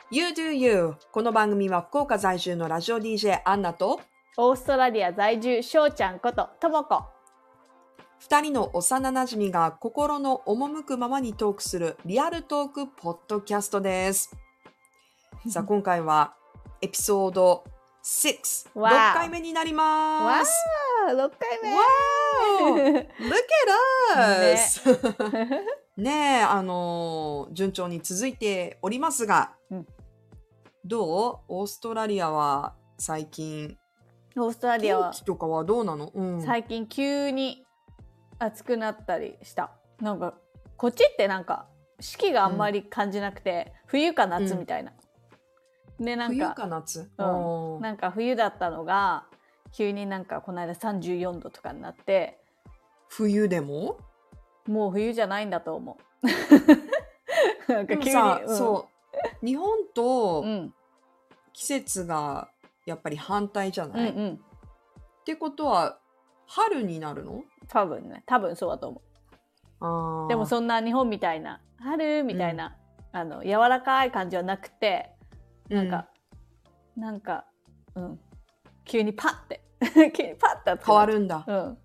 You do you この番組は福岡在住のラジオ DJ アンナとオーストラリア在住しょうちゃんことともこ。 2人の幼なじみが心の赴くままにトークするリアルトークポッドキャストです。さあ今回はエピソード6、 わー 6回目になります。 わー、6回目。 わー Look at us! ねえ、順調に続いておりますが、どうオーストラリアは最近、 オーストラリアは天気とかはどうなの？ 最近急に暑くなったりした。なんかこっちってなんか四季があんまり感じなくて、冬か夏みたいな。でなん冬かか夏、 なんか冬だったのが急になんかこの間34度とかになって、 冬でももう冬じゃないんだと思う。なんか急にさ、そう日本とうん季節がやっぱり反対じゃうんない、 うんってことは春になるの？ 多分そうだと思う。でもそんな日本みたいな春みたいな、柔らかい感じはなくて、なんか、急にパッて急にパッて変わるんだ。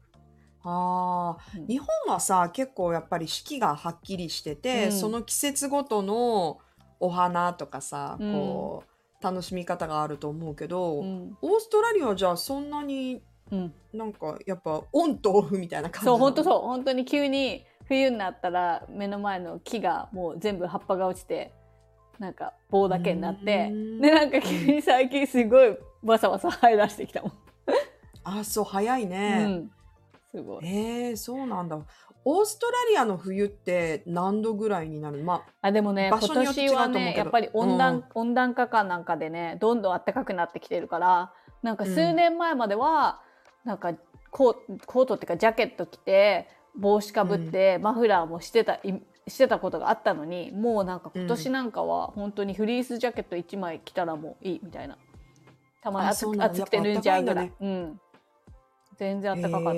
うん日本はさ結構やっぱり四季がはっきりしてて、その季節ごとのお花とかさ、こう楽しみ方があると思うけど、オーストラリアはじゃあそんなになんかやっぱオンとオフみたいな感じなの？ 本当に急に冬になったら目の前の木がもう全部葉っぱが落ちてなんか棒だけになって、でなんか急に最近すごいバサバサ生え出してきたもん。 あ、そう早いね。 すごい。 そうなんだ。オーストラリアの冬って何度ぐらいになる？ でもね、今年はねやっぱり温暖化かなんかでねどんどん暖かくなってきてるから、なんか数年前まではなんかコートっていうかジャケット着て帽子かぶって、マフラーもしてたことがあったのに、もうなんか今年なんかは本当にフリースジャケット1枚着たらもういいみたいな。たまに暑くて脱んじゃうぐらい。全然暖かかった。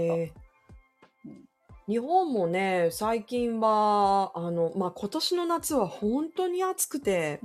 日本もね最近は今年の夏は本当に暑くて、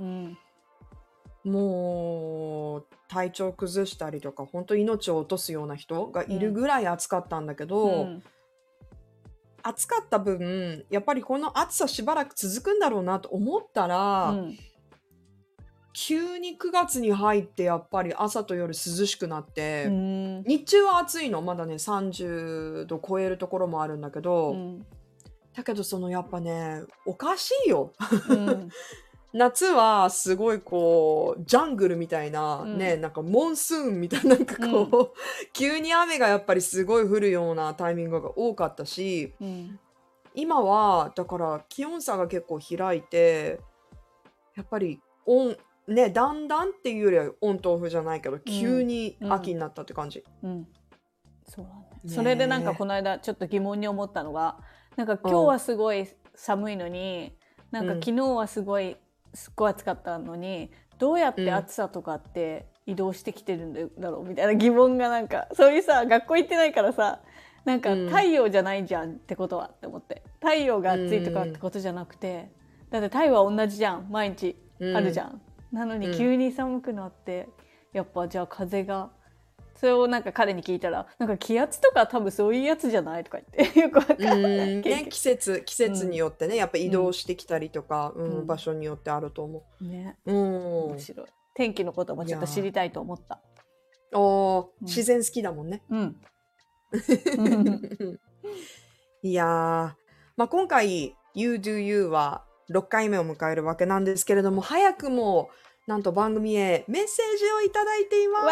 もう体調崩したりとか本当に命を落とすような人がいるぐらい暑かったんだけど、暑かった分やっぱりこの暑さしばらく続くんだろうなと思ったら、急に9月に入ってやっぱり朝と夜涼しくなって、日中は暑いのまだね30度超えるところもあるんだけど、だけどそのやっぱねおかしいよ。夏はすごいこうジャングルみたいな、なんかモンスーンみたいな、なんかこう、急に雨がやっぱりすごい降るようなタイミングが多かったし、今はだから気温差が結構開いてやっぱりだんだんっていうよりはオンとオフじゃないけど急に秋になったって感じ。 そうなんだね。それでなんかこの間ちょっと疑問に思ったのが、なんか今日はすごい寒いのに、なんか昨日はすっごい暑かったのに、どうやって暑さとかって移動してきてるんだろうみたいな疑問が、なんかそういうさ学校行ってないからさ、なんか太陽じゃないじゃんってことはって思って、太陽が暑いとかってことじゃなくて、だって太陽は同じじゃん、毎日あるじゃん。なのに急に寒くなって、やっぱじゃあ風が、それをなんか彼に聞いたら、なんか気圧とか多分そういうやつじゃないとか言って、よくわかんないけど、 季節によってねやっぱ移動してきたりとか、場所によってあると思う。 面白い。天気のこともちょっと知りたいと思った。 自然好きだもんね。いやー、今回 You Do You は6回目を迎えるわけなんですけれども、早くもなんと番組へメッセージをいただいています。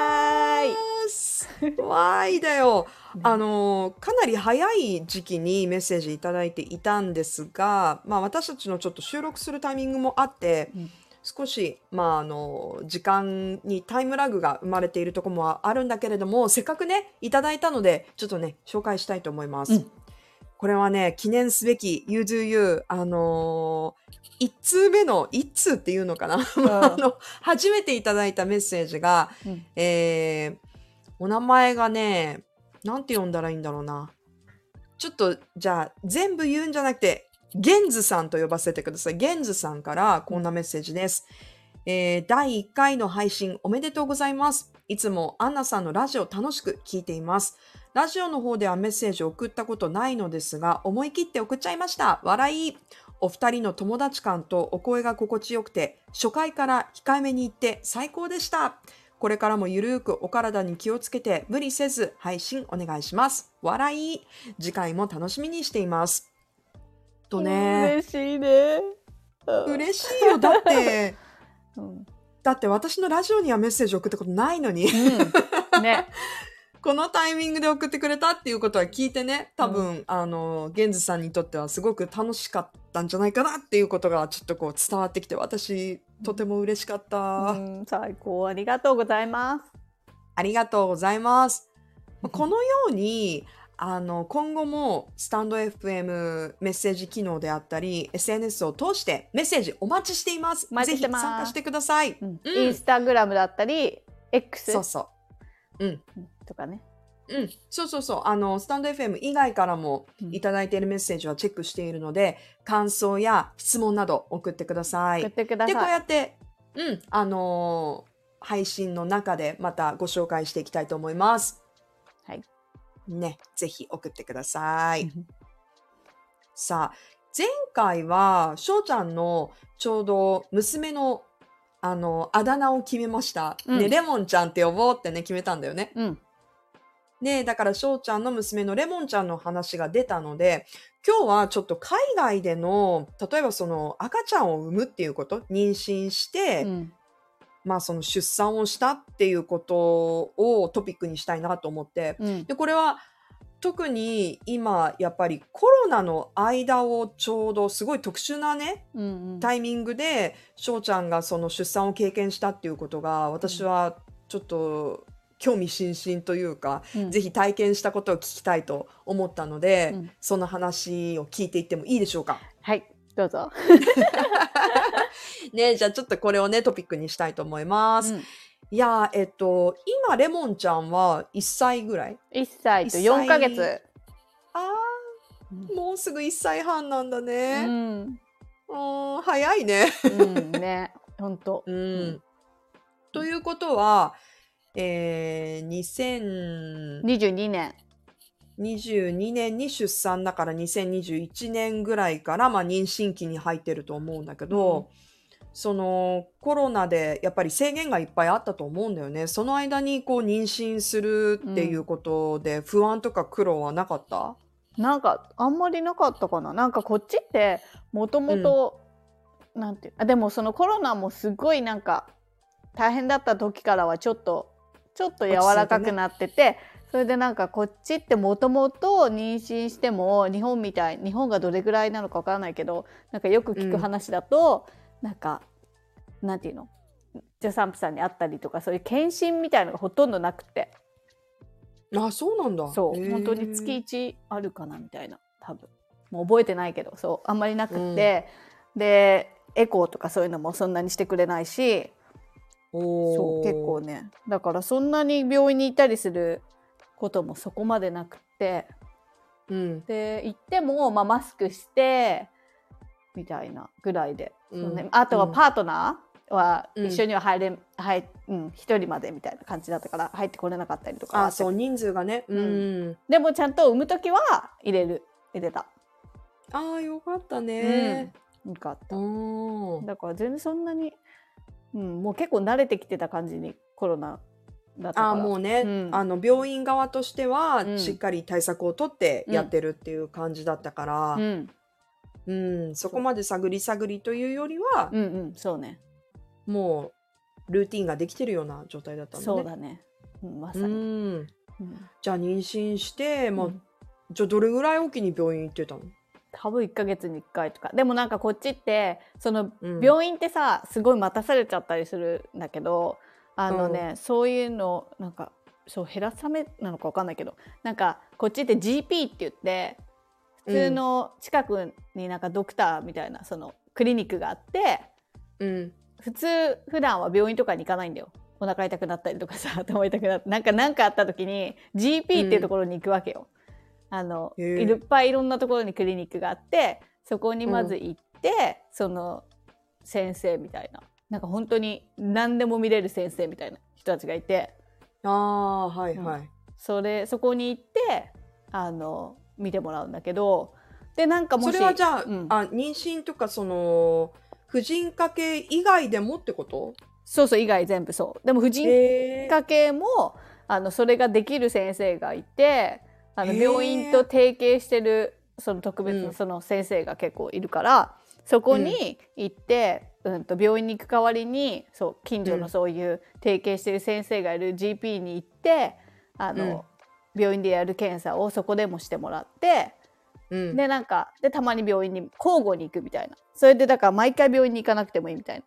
わーいだよ。かなり早い時期にメッセージいただいていたんですが、私たちのちょっと収録するタイミングもあって、少し、時間にタイムラグが生まれているところもあるんだけれども、せっかくねいただいたのでちょっとね紹介したいと思います。これはね記念すべき You Do You 1通目の1通っていうのかな初めていただいたメッセージが、お名前がねなんて読んだらいいんだろうな。ちょっとじゃあ全部言うんじゃなくてゲンズさんと呼ばせてください。ゲンズさんからこんなメッセージです。 第1回の配信おめでとうございます。いつもアンナさんのラジオ楽しく聞いています。ラジオの方ではメッセージを送ったことないのですが、思い切って送っちゃいました。笑い。お二人の友達感とお声が心地よくて、初回から控えめに言って最高でした。これからもゆるーくお体に気をつけて無理せず配信お願いします。笑い。次回も楽しみにしています。とね。 嬉しいね。 嬉しいよ。だって、 うん、 だって私のラジオにはメッセージ送ったことないのに。 うん、ね。 このタイミングで送ってくれたっていうことは聞いてね、多分、ゲンズさんにとってはすごく楽しかったんじゃないかなっていうことがちょっとこう伝わってきて、私、とても嬉しかった。 最高。ありがとうございます。 ありがとうございます。このように、今後もスタンド FM メッセージ機能であったり、SNS を通してメッセージお待ちしています。ぜひ参加してください。 インスタグラムだったり、X。 そうそう。 とかね。 そう。スタンド FM 以外からもいただいているメッセージはチェックしているので、感想や質問など送ってください。 送ってください。 で、こうやって、配信の中でまたご紹介していきたいと思います。 はい。 ね、ぜひ送ってください。さあ、前回は、しょうちゃんのちょうど娘のあだ名を決めました。ね、レモンちゃんって呼ぼうってね、決めたんだよね。ね、だからしょうちゃんの娘のレモンちゃんの話が出たので、今日はちょっと海外での、例えばその赤ちゃんを産むっていうこと、妊娠して、その出産をしたっていうことをトピックにしたいなと思って、で、これは特に今やっぱりコロナの間をちょうどすごい特殊なね、タイミングでしょうちゃんがその出産を経験したっていうことが、私はちょっと興味津々というか、ぜひ体験したことを聞きたいと思ったので、その話を聞いていってもいいでしょうか。 はい、どうぞ。 ね、じゃあちょっとこれをねトピックにしたいと思います。いや、今レモンちゃんは1歳ぐらい ?1 歳と4ヶ月。 もうすぐ1歳半なんだね。早いね。 ね、ほんと。 ということは、2022 年に出産だから2021年ぐらいから、妊娠期に入ってると思うんだけど、そのコロナでやっぱり制限がいっぱいあったと思うんだよね。その間にこう妊娠するっていうことで不安とか苦労はなかった？ なんかあんまりなかったかな。なんかこっちってもともとなんていうでもそのコロナもすごいなんか大変だった時からはちょっと柔らかくなってて、それでなんかこっちってもともと妊娠しても日本がどれぐらいなのかわからないけど、なんかよく聞く話だと、なんかなんていうの、助産婦さんに会ったりとかそういう検診みたいのがほとんどなくて。 そうなんだ。 そう本当に月1あるかなみたいな、多分もう覚えてないけど、そうあんまりなくて、でエコーとかそういうのもそんなにしてくれないし、そう結構ね、だからそんなに病院に行ったりすることもそこまでなくて、で行っても、マスクしてみたいなぐらいで、あとはパートナーは一緒には入れ、一人までみたいな感じだったから入ってこれなかったりとか。 そう人数がね。 でもちゃんと産む時は入れた。 よかったね。 よかった。だから全然そんなに、もう結構慣れてきてた感じにコロナだったから。 もうね、病院側としてはしっかり対策を取ってやってるっていう感じだったから、そこまで探りというよりは、 そうね、 もうルーティンができてるような状態だったのね。 そうだね、まさに。 じゃあ妊娠して、じゃあどれぐらいおきに病院行ってたの？ 多分1ヶ月に1回とか。でもなんかこっちってその病院ってさ、すごい待たされちゃったりするんだけど、そういうのなんか減らさめなのか分かんないけど、なんかこっちって GP って言って普通の近くになんかドクターみたいなそのクリニックがあって、普段は病院とかに行かないんだよ。お腹痛くなったりとかさ、頭痛くなってなんかあった時に GP っていうところに行くわけよ。いっぱいいろんなところにクリニックがあって、そこにまず行って、その先生みたいななんか本当に何でも見れる先生みたいな人たちがいて、 はいはい。 そこに行って見てもらうんだけど、でなんかもしそれはじゃあ、妊娠とかその婦人科系以外でもってこと？ そうそう、以外全部そう。でも婦人科系もそれができる先生がいて、病院と提携してるその特別なその先生が結構いるから、そこに行って、病院に行く代わりに近所のそういう提携してる先生がいる GP に行って病院でやる検査をそこでもしてもらって、でなんかでたまに病院に交互に行くみたいな。それでだから毎回病院に行かなくてもいいみたいな。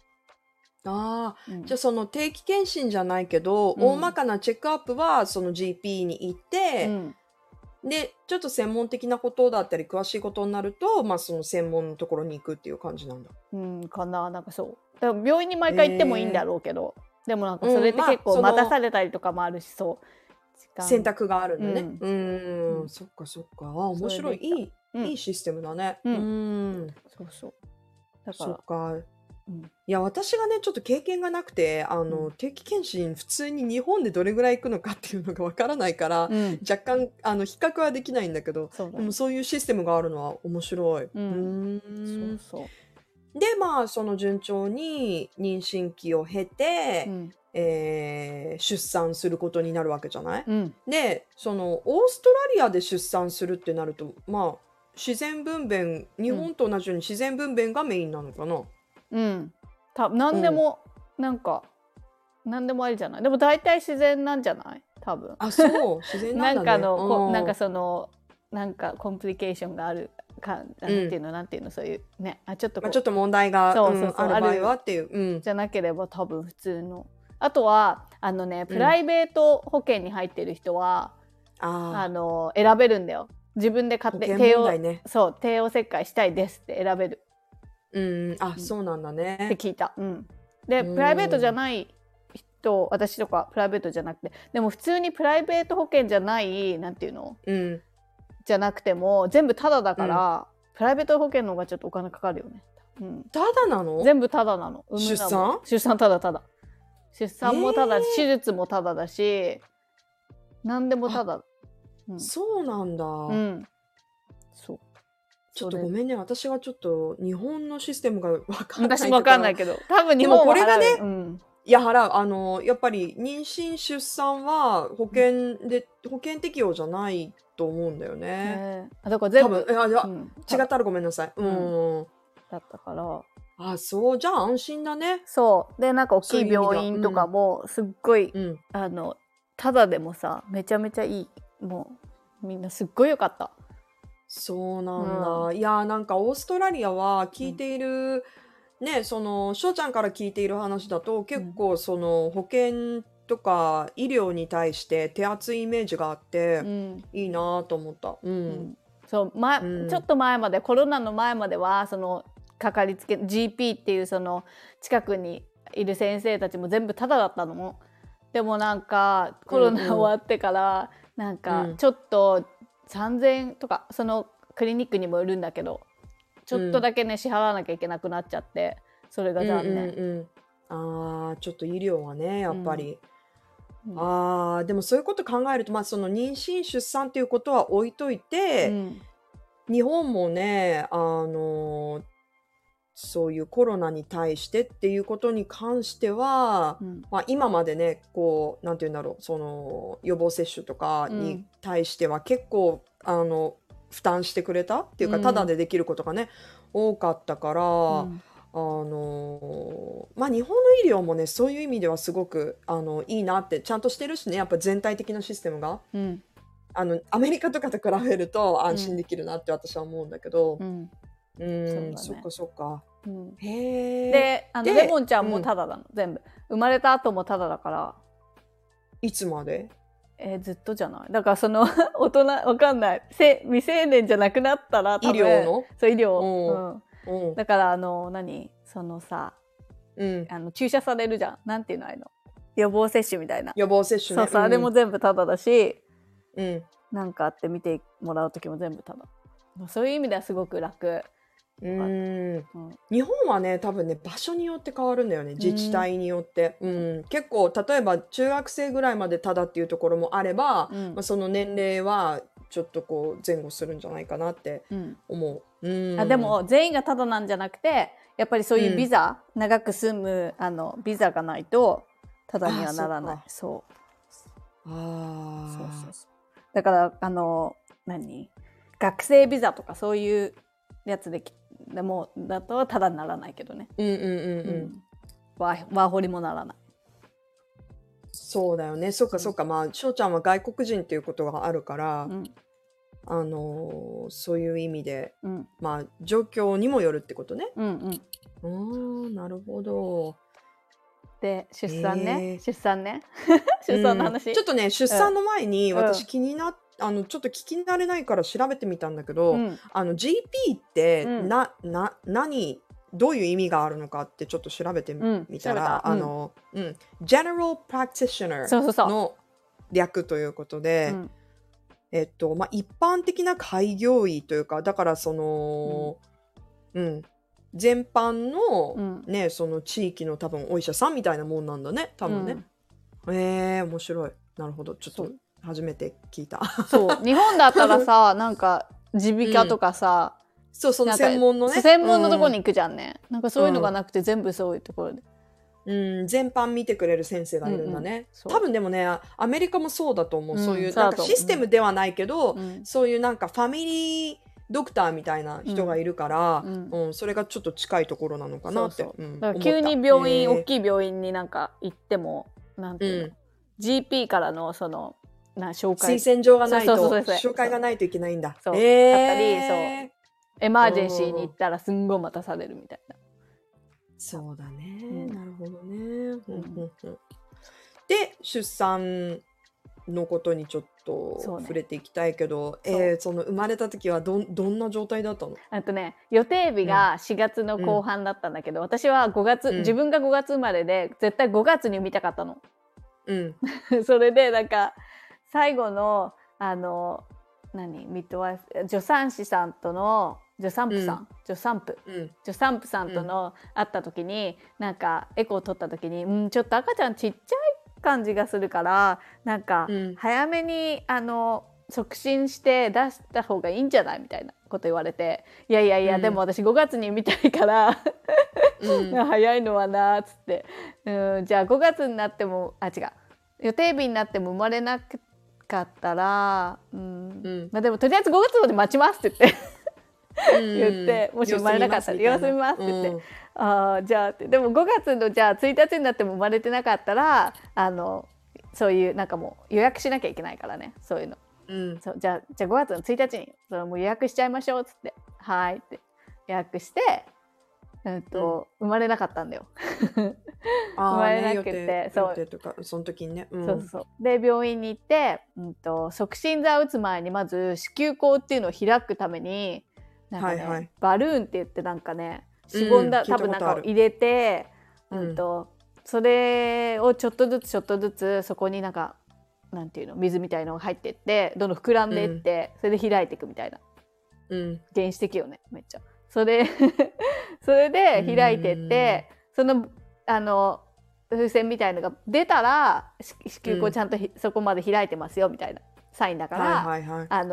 じゃあその定期検診じゃないけど、大まかなチェックアップはその GP に行って、でちょっと専門的なことだったり詳しいことになると、その専門のところに行くっていう感じなんだ。 かな。なんかそうだから病院に毎回行ってもいいんだろうけど、でもなんかそれって結構待たされたりとかもあるし、 選択があるんだね。そっかそっか。面白い。いいシステムだね。 そうそう。 だからそっか。いや私がねちょっと経験がなくて定期検診普通に日本でどれぐらい行くのかっていうのがわからないから、若干比較はできないんだけど、でもそういうシステムがあるのは面白い。でその順調に妊娠期を経て、出産することになるわけじゃない、でそのオーストラリアで出産するってなると自然分娩日本と同じように自然分娩がメインなのかな。 何でも、なんか何でもありじゃない。でも大体自然なんじゃない多分。 そう自然なんだね。 なんかそのなんかコンプリケーションがあるかなんていうのそういうねちょっと問題がある場合はっていう、 じゃなければ多分普通の。あとはプライベート保険に入ってる人は、選べるんだよ。自分で勝手帝王切開したいですって選べる。 そうなんだね。 って聞いた。でプライベートじゃない人、私とかプライベートじゃなくて、でも普通にプライベート保険じゃないなんていうの、じゃなくても全部タダだから、プライベート保険の方がちょっとお金かかるよね。 タダなの？ 全部タダなの。 出産タダ。出産もタダ、手術もタダだし、何でもタダ。 そうなんだ。 そう。 ちょっとごめんね、私がちょっと日本のシステムが分かんない。 私も分かんないけど、多分日本は払う。 でもこれがね、いや払う。やっぱり妊娠出産は保険適用じゃないと思うんだよね。 だから全部違ったらごめんなさい。 だったから。 そうじゃあ安心だね。 そうでなんか大きい病院とかもすっごいただでもさめちゃめちゃいい、もうみんなすっごい良かった。 そうなんだ。いやなんかオーストラリアは聞いている、その翔ちゃんから聞いている話だと結構その保険とか医療に対して手厚いイメージがあって、いいなと思った。 そうちょっと前までコロナの前まではそのかかりつけ GP っていうその近くにいる先生たちも全部タダだったのも。でもなんかコロナ終わってからなんかちょっと3000円とかそのクリニックにもよるんだけどちょっとだけね支払わなきゃいけなくなっちゃってそれが残念。 ちょっと医療はねやっぱり、でもそういうこと考えるとその妊娠出産っていうことは置いといて、日本もねそういうコロナに対してっていうことに関しては、今までねこうなんていうんだろうその予防接種とかに対しては結構負担してくれたっていうか、タダでできることがね多かったから、日本の医療もねそういう意味ではすごくいいなってちゃんとしてるしねやっぱ全体的なシステムが、アメリカとかと比べると安心できるなって私は思うんだけど。そっかそっか。 でレモンちゃんもタダなの、全部生まれた後もタダだから。 いつまで？ ずっとじゃない？だからその大人わかんない未成年じゃなくなったら多分医療のそう医療、だからそのさ、注射されるじゃん、なんていうの予防接種みたいな予防接種ね。 そうあれも全部タダだし、なんかあって見てもらう時も全部タダ。そういう意味ではすごく楽日本はね多分ね場所によって変わるんだよね、自治体によって、結構例えば中学生ぐらいまでタダっていうところもあれば、その年齢はちょっとこう前後するんじゃないかなって思う。 でも全員がタダなんじゃなくて、やっぱりそういうビザ、長く住むビザがないとタダにはならない。そうだから学生ビザとかそういうやつでもだとタダにならないけどね。ワーホリもならない。 そうだよね。そっかそっか。まあ翔ちゃんは外国人っていうことがあるから、そういう意味で、まあ状況にもよるってことね。なるほど。 で出産ね出産の話、 ちょっとね出産の前に私気になっちょっと聞き慣れないから調べてみたんだけど、GP ってどういう意味があるのかってちょっと調べてみたら、General Practitioner の略ということで、まあ、一般的な開業医というか、だからその、全般のね、その地域の多分お医者さんみたいなもんなんだね、多分ね。面白い。なるほど。ちょっと初めて聞いた。 そう日本だったらさなんか耳鼻科とかさ、 その専門のね専門のところに行くじゃんね、なんかそういうのがなくて全部そういうところで、 全般見てくれる先生がいるんだね。多分でもねアメリカもそうだと思う。そういうなんかシステムではないけど、そういうなんかファミリードクターみたいな人がいるから、それがちょっと近いところなのかなって。 だから急に病院、大きい病院になんか行ってもなんていうの、GP からのその紹介推薦状がないと紹介がないといけないんだ。 だったりエマージェンシーに行ったらすんごい待たされるみたいな。 そうだね、なるほどね。で出産のことにちょっと触れていきたいけど、その生まれた時はどんな状態だったの？ 予定日が4月の後半だったんだけど、私は5月、自分が5月生まれで絶対5月に産みたかったの。それでなんか最後のミッドワイフ助産婦さんとの会った時になんかエコーを取った時に、ちょっと赤ちゃんちっちゃい感じがするからなんか早めに促進して出した方がいいんじゃないみたいなこと言われて、いや、でも私5月に産みたいから早いのはなっつって、じゃあ5月になっても予定日になっても生まれなかったら、まあでもとりあえず5月まで待ちますって言ってもし生まれなかったら様子見ますって言って、じゃあってでも5月のじゃあ1日になっても生まれてなかったらそういうなんかもう予約しなきゃいけないからね、そういうの、そうじゃあ5月の1日にそれもう予約しちゃいましょうっつってはいって予約して、生まれなかったんだよ。生まれなくて、 その時にね、 で病院に行って、促進剤を打つ前にまず子宮口っていうのを開くためになんかね、バルーンって言ってなんかねしぼんだ多分なんかを入れて、それをちょっとずつそこになんかなんていうの水みたいのが入ってってどんどん膨らんでいって、それで開いていくみたいな、原始的よねめっちゃ。それで開いてってその風船みたいのが出たら子宮口ちゃんとそこまで開いてますよみたいなサインだから、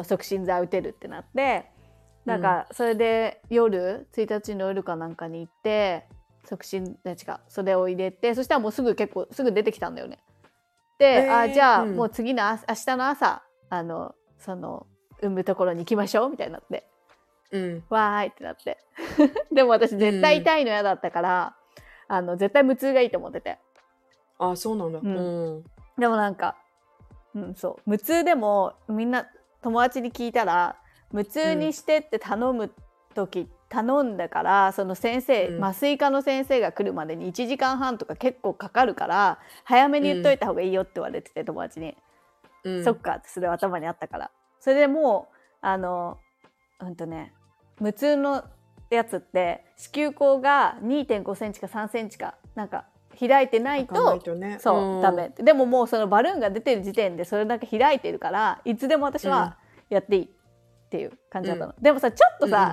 促進剤打てるってなって、なんかそれで1日の夜かなんかに行って促進それを入れて、そしたらもうすぐ出てきたんだよね。で、じゃあもう次の明日の朝その産むところに行きましょうみたいになって、わーいってなってでも私絶対痛いの嫌だったから、絶対無痛がいいと思ってて。 あ、そうなんだ。 でもなんか、そう無痛でもみんな友達に聞いたら無痛にしてって頼んだからその先生、麻酔科の先生が来るまでに1時間半とか結構かかるから早めに言っといた方がいいよって言われてて、友達に、そっかってそれは頭にあったから、それでもう無痛のやつって子宮口が 2.5 センチか3センチかなんか開いてないとダメ。でももうそのバルーンが出てる時点でそれだけ開いてるからいつでも私はやっていいっていう感じだったの。でもさちょっとさ、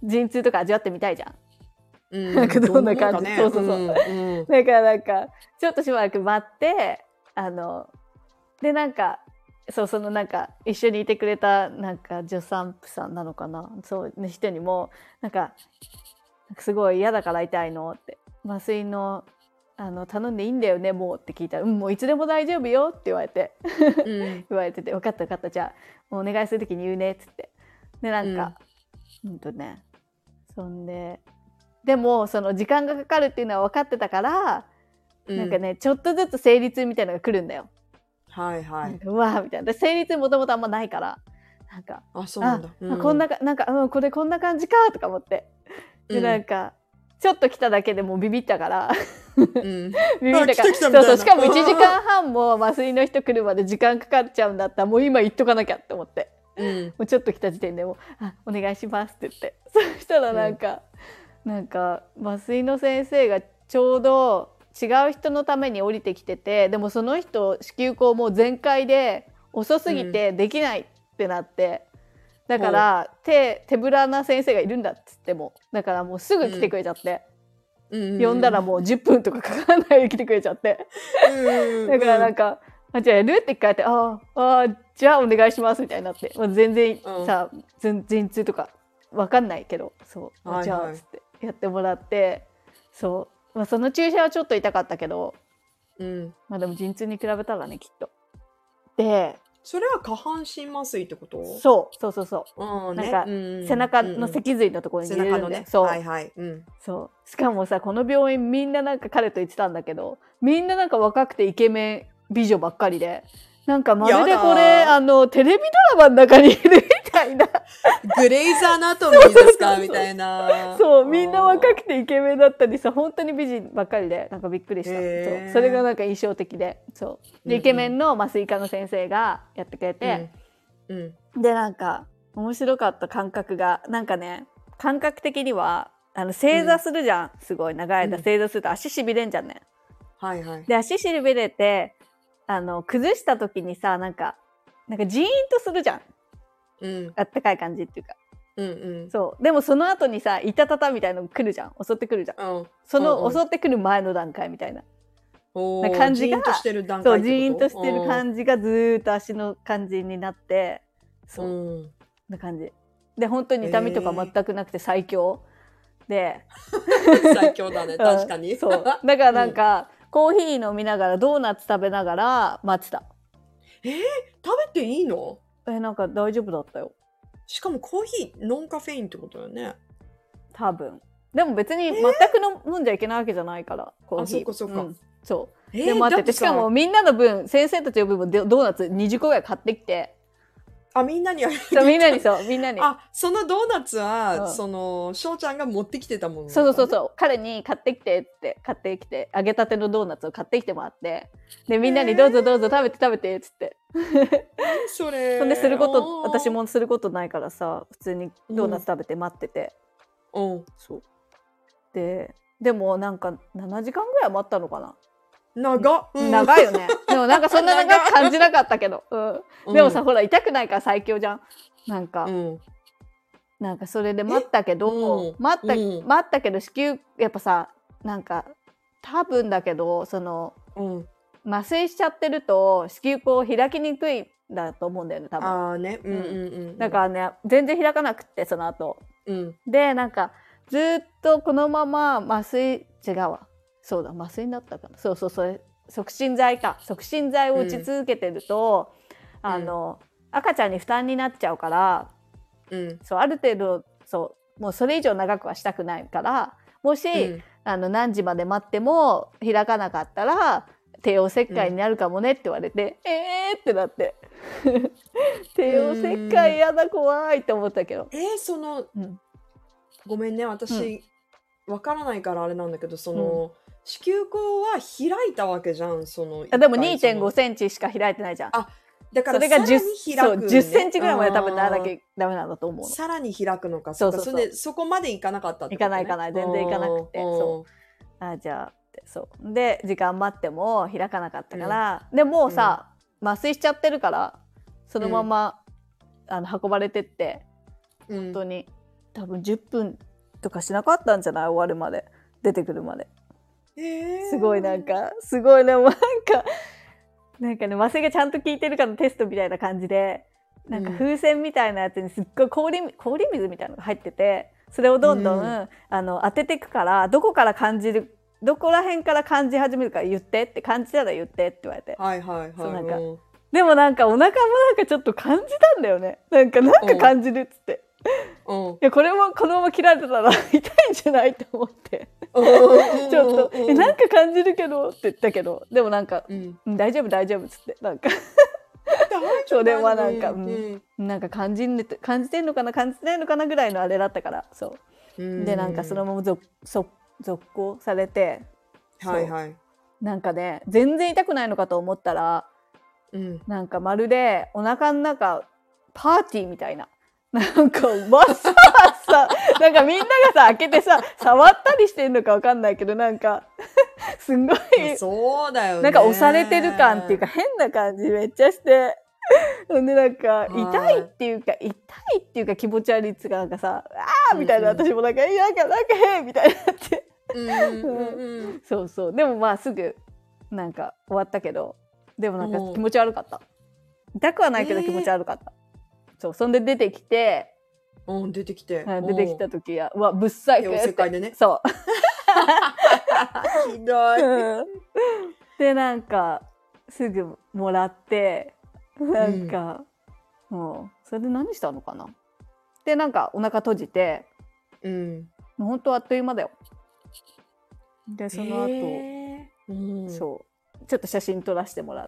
陣痛とか味わってみたいじゃん。 なんかどんな感じ、 ね、 そうそうそう、だからなんかちょっとしばらく待ってでなんかそのなんか一緒にいてくれたなんか助産婦さんなのかな、そうの人にもなんかすごい嫌だから痛いのって麻酔の頼んでいいんだよねもうって聞いたら、もういつでも大丈夫よって言われて言われてて、分かった分かった、じゃあもうお願いする時に言うねっつって、でなんかそんでもその時間がかかるっていうのは分かってたから、なんかねちょっとずつ生理痛みたいなのが来るんだよ。 はいはい。 なんかうわーみたいな。生理痛もともとあんまないから、なんかそうなんだ。 こんななんかこれこんな感じかとか思って、でなんかちょっと来ただけでもうビビったからビビったからそうしかも1時間半も麻酔の人来るまで時間かかっちゃうんだったらもう今言っとかなきゃって思って、もうちょっと来た時点でもお願いしますって言って、そしたらなんか麻酔の先生がちょうど違う人のために降りてきてて、でもその人子宮口もう全開で遅すぎてできないってなって、だから手ぶらな先生がいるんだっつっても、だからもうすぐ来てくれちゃって、呼んだらもう10分とかかかんないで来てくれちゃってだからなんかじゃあやるって聞かれて、じゃあお願いしますみたいになって、全然さ陣痛とか分かんないけど、じゃあつってやってもらって、その注射はちょっと痛かったけど、でも陣痛に比べたらねきっと。でそれは下半身麻酔ってこと？ そう、なんか背中の脊髄のところに入れるんで、そうしかもさこの病院みんななんか彼と言ってたんだけど、みんななんか若くてイケメン美女ばっかりで、なんかまるでこれテレビドラマの中にいるみたいなグレイズアナトミーですかみたいな。 そうみんな若くてイケメンだったりさ、本当に美人ばっかりでなんかびっくりした。それがなんか印象的で、でイケメンの麻酔科の先生がやってくれて、でなんか面白かった感覚がなんかね、感覚的には正座するじゃん、すごい長い間正座すると足しびれんじゃんね。で足しびれて崩した時にさなんかジーンとするじゃん、あったかい感じっていうか、そうでもその後にさいたたたみたいなの来るじゃん、襲ってくるじゃん、その襲ってくる前の段階みたいな感じが、ジーンとしてる段階ってこと？そうジーンとしてる感じがずーっと足の感じになって、そうな感じで本当に痛みとか全くなくて最強で最強だね確かに、 そうだからなんか、コーヒー飲みながらドーナツ食べながら待ってた。 食べていいの？ なんか大丈夫だったよ。 しかもコーヒーノンカフェインってことだよね多分。でも別に全く飲んじゃいけないわけじゃないから、コーヒー。 そうか、 そう。でも待ってて、しかもみんなの分先生たちの分もドーナツ20個ぐらい買ってきて、 みんなにみんなにみんなに。 そのドーナツは、その翔ちゃんが持ってきてたもの、ね、 そう彼に買ってきてって買ってきて、揚げたてのドーナツを買ってきてもらって、でみんなにどうぞどうぞ食べてっつって。 それそんですること私もすることないからさ、普通にドーナツ食べて待ってて、そうでもなんか7時間ぐらい待ったのかな。長いよね。でもなんかそんな長く感じなかったけど、でもさほら痛くないから最強じゃん。なんかそれで待ったけど、待ったけど子宮やっぱさなんか多分だけど麻酔しちゃってると子宮口開きにくいんだと思うんだよね多分。だからね全然開かなくってその後、でなんかずっとこのまま麻酔そうだ麻酔になったかな、それ促進剤を打ち続けてると、赤ちゃんに負担になっちゃうから、ある程度もうそれ以上長くはしたくないから、もし、何時まで待っても開かなかったら帝王切開になるかもねって言われて、ってなって帝王切開やだ怖いって思ったけど、 ごめんね私、わからないからあれなんだけど、子宮口は開いたわけじゃん。 でも 2.5 センチしか開いてないじゃん。 だからそれが 10センチぐらいまで多分ならなきゃダメなんだと思うの。 さらに開くのか。そこまでいかなかったってことね。 いかない全然いかなくて、じゃあってで時間待っても開かなかったから、でもうさ、麻酔しちゃってるからそのまま、運ばれてって、本当に多分10分とかしなかったんじゃない、終わるまで、出てくるまで。すごいなんかすごいね、もうなんかね、麻酔がちゃんと効いてるかのテストみたいな感じで、なんか風船みたいなやつにすっごい氷水みたいなのが入ってて、それをどんどん、当てていくから、どこから感じる、どこら辺から感じ始めるか言ってって、感じたら言ってって言われて、 はいはいはい。 そうなんか、でもなんかお腹もなんかちょっと感じたんだよね。なんか感じるっつって。いや、これもこのまま切られたら痛いんじゃないと思って。ちょっとなんか感じるけどって言ったけど、でもなんか、大丈夫大丈夫っつって、なんかそれはなんか、なんか感じてんのかな感じてないのかなぐらいのあれだったから、そう。でなんかそのまま続行されて、 はいはい。なんかね、全然痛くないのかと思ったら、なんかまるでお腹の中パーティーみたいな。なんかわさわさなんかみんながさ開けてさ触ったりしてんのかわかんないけど、なんかすごいそうだよね、 なんか押されてる感っていうか変な感じめっちゃしてでなんか痛いっていうか気持ち悪いっつうか、なんかさあーみたいな、私もなんかへーみたいになってそうそう、でもまあすぐなんか終わったけど、でもなんか気持ち悪かった。痛くはないけど気持ち悪かった。そう、そんで出てきて、 出てきた時は、うわ、ぶっさい手を世界でね。 そう。 ひどい。 で、なんか、すぐもらって、なんか、もう、それで何したのかな。で、なんか、お腹閉じて、もうほんとあっという間だよ。で、その後、そう、ちょっと写真撮らせてもらって、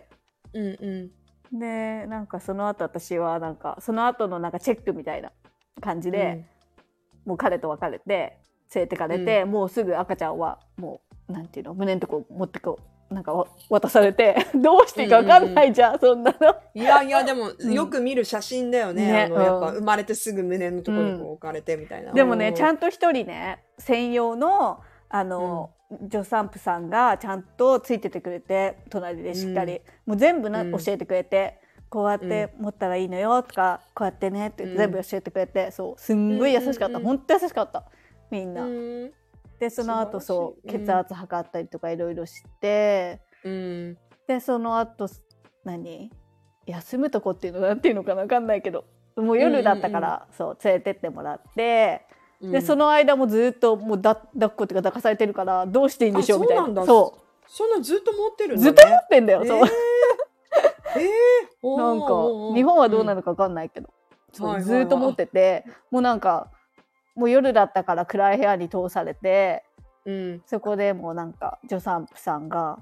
でなんかその後私はなんかその後のなんかチェックみたいな感じで、もう彼と別れて連れてかれて、もうすぐ赤ちゃんはもうなんていうの、胸のとこ持ってこうなんか渡されてどうしていいか分かんないじゃん、そんなの。 いやでもよく見る写真だよね。やっぱ生まれてすぐ胸のとこにこう置かれてみたいな。 でもね、ちゃんと一人ね専用の助産婦さんがちゃんとついててくれて、隣でしっかり、もう全部教えてくれて、こうやって持ったらいいのよとか、こうやってねって全部教えてくれて、そうすんごい優しかった、ほんと優しかったみんな。でその後そう血圧測ったりとかいろいろして、でその後休むとこっていうのなんていうのかな、分かんないけど、もう夜だったから、そう連れてってもらって。でその間もずっともう抱っこっていうか抱かされてるから、どうしていいんでしょうみたいな。 そうそんなずっと持ってるんだね。 ずっと持ってんだよ。そうなんか日本はどうなのか分かんないけど、ずっと持ってて、もうなんかもう夜だったから暗い部屋に通されて、そこでもうなんか助産婦さんが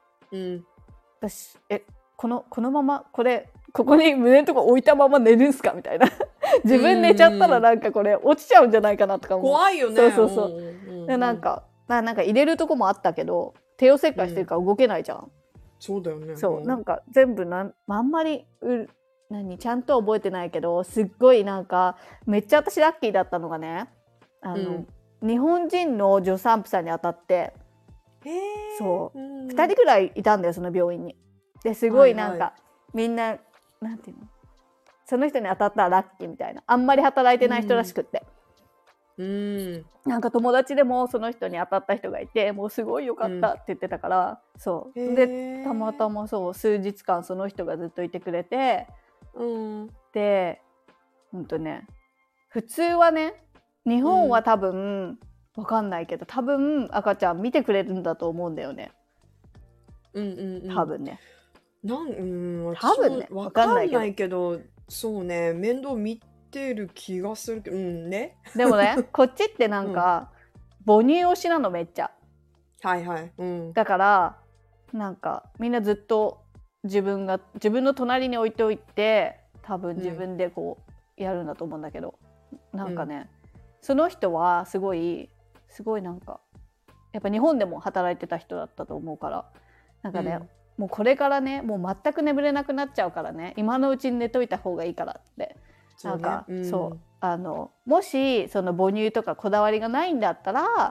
私このままここに胸のとこ置いたまま寝るんすかみたいな自分寝ちゃったらなんかこれ落ちちゃうんじゃないかなとか思う。 怖いよね。 そうでなんか入れるとこもあったけど帝王切開してるから動けないじゃん。 そうだよね。 そうなんか全部あんまりちゃんと覚えてないけど、すっごいなんかめっちゃ私ラッキーだったのがね、日本人の助産婦さんに当たって、そう2人ぐらいいたんだよその病院に。ですごいなんか、みんななんていうの、その人に当たったらラッキーみたいな、あんまり働いてない人らしくって、なんか友達でもその人に当たった人がいて、もうすごい良かったって言ってたから、そうでたまたまそう数日間その人がずっといてくれて、でほんとね、普通はね日本は多分、わかんないけど多分赤ちゃん見てくれるんだと思うんだよね。多分ね。多分ね、 わかんないけど、そうね、面倒見てる気がするけど、ね。 でもね、こっちってなんか、母乳推しなのめっちゃ。だからなんかみんなずっと自分の隣に置いておいて、多分自分でこうやるんだと思うんだけど、なんかね、その人はすごいなんかやっぱ日本でも働いてた人だったと思うから、なんかね、もうこれからねもう全く眠れなくなっちゃうからね、今のうちに寝といた方がいいからって、なんかそうもしその母乳とかこだわりがないんだったら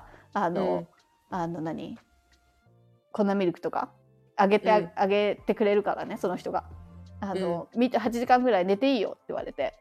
粉ミルクとかあげてくれるからね、その人が8時間ぐらい寝ていいよって言われて、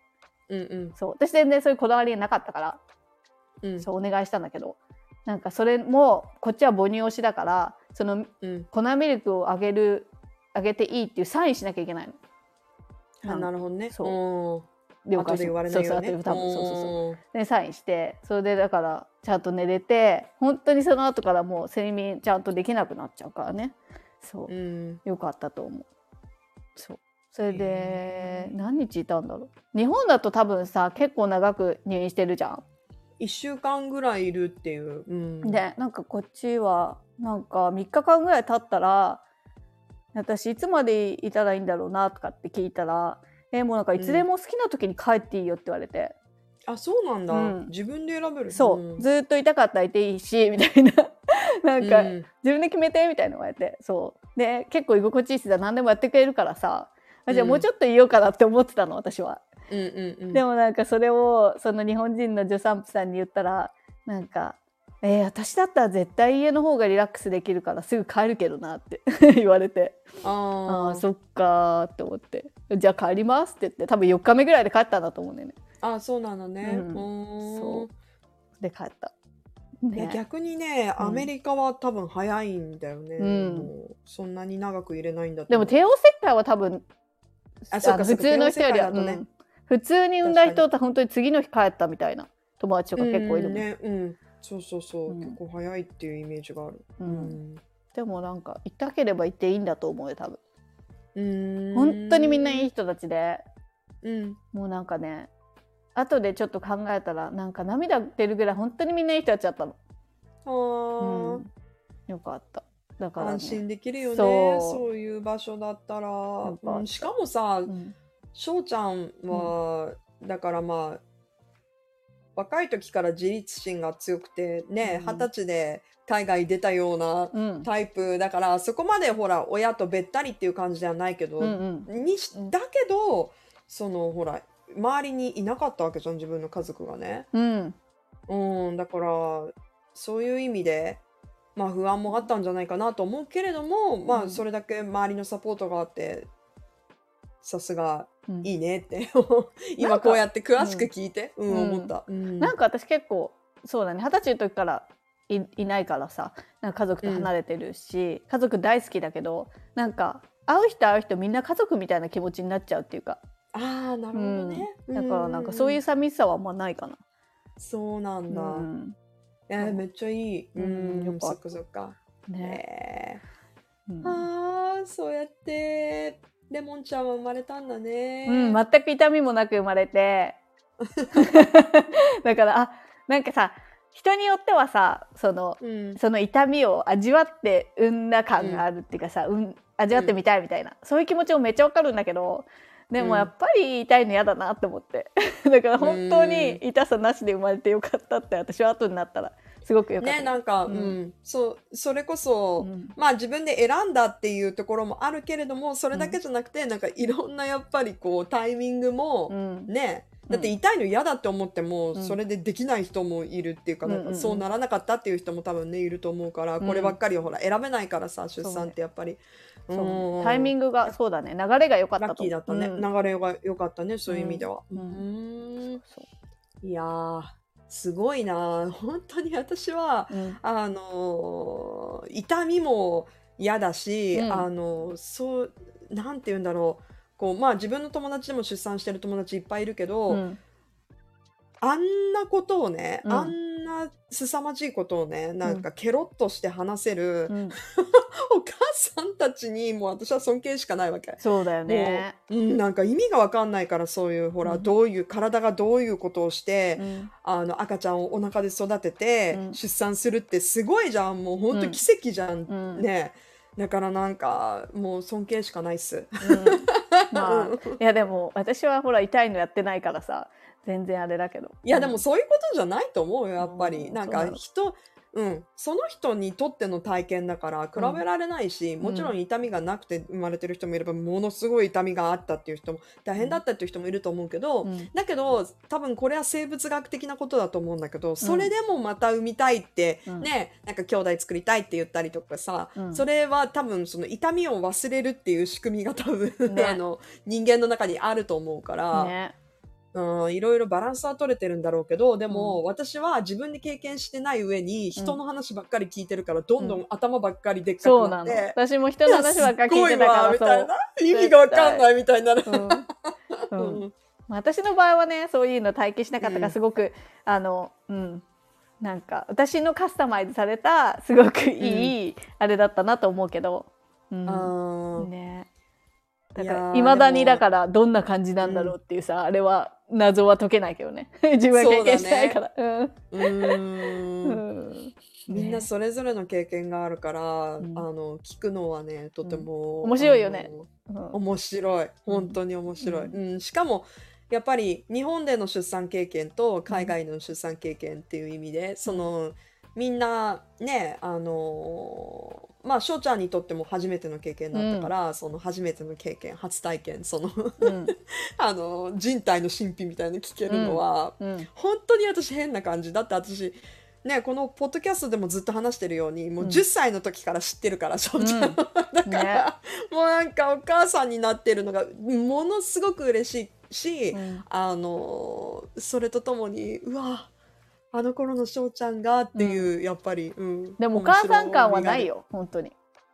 うんうんそう私全然そういうこだわりがなかったから、 うん、 そうお願いしたんだけど、なんかそれもこっちは母乳推しだから、そのうん、 粉ミルクをあげていいっていうサインしなきゃいけないの。 あ、なるほどね。 そう了解し後で言われなそうそういようにね。 多分そうでサインして、それでだからちゃんと寝れて、本当にその後からもう睡眠ちゃんとできなくなっちゃうからね。そう、よかったと思う。そうそれで何日いたんだろう。日本だと多分さ結構長く入院してるじゃん。 1週間ぐらいいるっていう。 でなんかこっちはなんか3日間ぐらい経ったら、私いつまでいたらいいんだろうなとかって聞いたら、もうなんかいつでも好きな時に帰っていいよって言われて、 あ、そうなんだ。自分で選べる。 そう、ずっといたかったらいていいしみたいななんか、自分で決めてみたいなの言われて、そうで結構居心地いいし何でもやってくれるからさ、じゃあもうちょっといようかなって思ってたの私は。でもなんかそれをその日本人の助産婦さんに言ったら、なんか私だったら絶対家の方がリラックスできるからすぐ帰るけどなって言われて、あそっかって思って、じゃあ帰りますって言って、多分4日目ぐらいで帰ったんだと思うんだよね。 あ、そうなのね。 そうで帰った。 いや逆にね、アメリカは多分早いんだよね。もうそんなに長く入れないんだとでも帝王切開は多分普通の人よりはね、普通に産んだ人って本当に次の日帰ったみたいな友達とか結構いるもんね。 そうそうそう、結構早いっていうイメージがある。 でもなんか行ったければ行っていいんだと思うよ多分。本当にみんないい人たちで、もうなんかね、後でちょっと考えたらなんか涙出るぐらい本当にみんないい人たちだったの。よかった。だから、ね、 安心できるよね、そういう場所だったら。しかもさ、翔ちゃんは、だからまあ若い時から自立心が強くてね、20歳で海外出たようなタイプだから、そこまでほら親とべったりっていう感じではないけど、だけどそのほら周りにいなかったわけじゃん、自分の家族がね。だからそういう意味でまあ不安もあったんじゃないかなと思うけれども、まあそれだけ周りのサポートがあってさすがいいねって今こうやって詳しく聞いて思った。 なんか私結構そうだね、20歳の時からいないからさ、なんか家族と離れてるし、家族大好きだけど、なんか会う人みんな家族みたいな気持ちになっちゃうっていうか。 ああ、なるほどね。 だからなんかそういう寂しさはあんまないかな。 そうなんだ。めっちゃいい。そっかそっか。ね。ああ、そうやってレモンちゃんは生まれたんだね。 全く痛みもなく生まれてだからなんかさ、人によってはさ、その痛みを味わって産んだ感があるっていうかさ、味わってみたいみたいな、そういう気持ちもめっちゃわかるんだけど、でもやっぱり痛いの嫌だなって思ってだから本当に痛さなしで生まれてよかったって私は後になったらすごくよかった。 ね、なんか、それこそ、まあ自分で選んだっていうところもあるけれども、それだけじゃなくて、なんかいろんなやっぱりこうタイミングも、ね、だって痛いの嫌だって思っても、それでできない人もいるっていうか、なんかそうならなかったっていう人も多分ねいると思うから、こればっかりはほら選べないからさ、出産ってやっぱり。 タイミングがそうだね、流れが良かったと。 ラッキーだったね、流れが良かったね、そういう意味では。いやーすごいな、本当に私は、痛みも嫌だし、そうなんて言うんだろう、こうまあ自分の友達でも出産してる友達いっぱいいるけど、あんなことをね、あんな凄まじいことをね、なんかケロッとして話せる、お母さんたちにもう私は尊敬しかないわけ。 そうだよね。 なんか意味が分かんないから、そういうほら、どういう体がどういうことをして、赤ちゃんをお腹で育てて、出産するってすごいじゃん、もうほんと奇跡じゃん、ね。だからなんかもう尊敬しかないっす。 まあいやでも私はほら痛いのやってないからさ全然あれだけど、 いやでもそういうことじゃないと思うよやっぱり。なんかその人にとっての体験だから比べられないし、もちろん痛みがなくて生まれてる人もいれば、ものすごい痛みがあったっていう人も大変だったっていう人もいると思うけど、だけど多分これは生物学的なことだと思うんだけど、それでもまた産みたいって、ね、なんか兄弟作りたいって言ったりとかさ、それは多分その痛みを忘れるっていう仕組みが多分、人間の中にあると思うから、 いろいろバランスは取れてるんだろうけど、でも、私は自分で経験してない上に、人の話ばっかり聞いてるから、どんどん頭ばっかりでっかくなって。そうなの。 私も人の話ばっかり聞いてたから、 みたいな。意味がわかんないみたいになる。 私の場合はね、そういうの体験しなかったから、すごく、なんか、私のカスタマイズされた、すごくいい、あれだったなと思うけど。ね。だからいまだにだからどんな感じなんだろうっていうさ、あれは謎は解けないけどね自分は経験してないから。 みんなそれぞれの経験があるから、聞くのはねとても、 面白いよね。 面白い、本当に面白い。しかもやっぱり日本での出産経験と海外の出産経験っていう意味で、そのみんなね、まあ翔ちゃんにとっても初めての経験だったから、その初めての経験、初体験、その人体の神秘みたいなの聞けるのは、本当に私変な感じだって。私ね、このポッドキャストでもずっと話してるように、もう10歳の時から知ってるから、翔ちゃんだから、もうなんかお母さんになってるのがものすごく嬉しいし、それとともにうわ、あの頃の翔ちゃんがっていう、やっぱり、 でもお母さん感はないよ、本当に。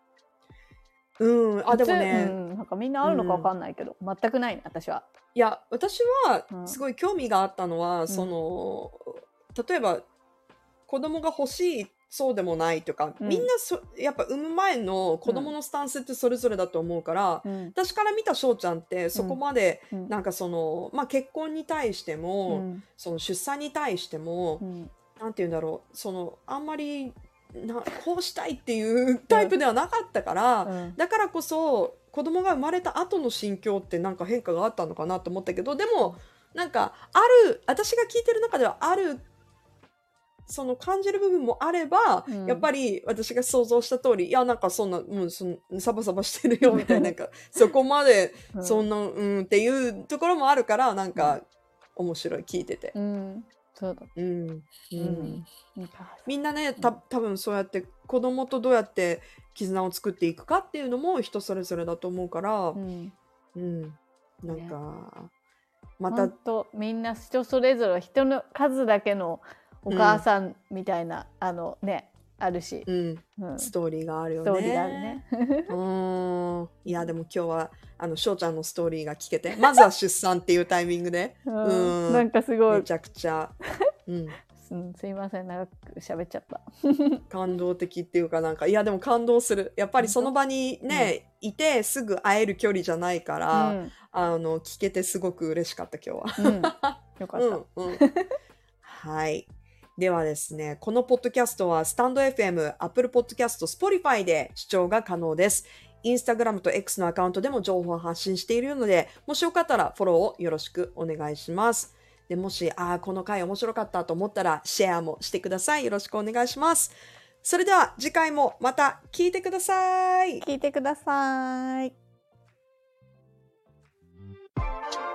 でもね、 なんかみんなあるのかわかんないけど、全くないね、私は。いや、私はすごい興味があったのは、その例えば子供が欲しい、そうでもないとか、みんなやっぱ産む前の子供のスタンスってそれぞれだと思うから、私から見た翔ちゃんってそこまで、なんかその、まあ、結婚に対しても、その出産に対しても、なんて言うんだろう、そのあんまりこうしたいっていうタイプではなかったから、だからこそ子供が生まれた後の心境ってなんか変化があったのかなと思ったけど、でもなんか私が聞いてる中ではあるその感じる部分もあれば、やっぱり私が想像した通り、いやなんかそんな、サバサバしてるよみたいな、なんかそこまでそんな、っていうところもあるから、なんか面白い、聞いてて。 そうだ。 みんなね、多分そうやって子供とどうやって絆を作っていくかっていうのも人それぞれだと思うから、なんか、 またみんな人それぞれ人の数だけのお母さんみたいな、あるし、 ストーリーがあるよね。 ストーリーがあるね。 いやでも今日は翔ちゃんのストーリーが聞けて、まずは出産っていうタイミングで、 なんかすごいめちゃくちゃ、 すいません、長く喋っちゃった。 感動的っていうか、なんかいやでも感動する。やっぱりその場にね、いてすぐ会える距離じゃないから、聞けてすごく嬉しかった今日は。 よかった。 はい。ではですね、このポッドキャストはスタンド FM、Apple Podcast、Spotify で視聴が可能です。インスタグラムと X のアカウントでも情報を発信しているので、もしよかったらフォローをよろしくお願いします。でもし、この回面白かったと思ったら、シェアもしてください。よろしくお願いします。それでは次回もまた聞いてください。 聞いてください。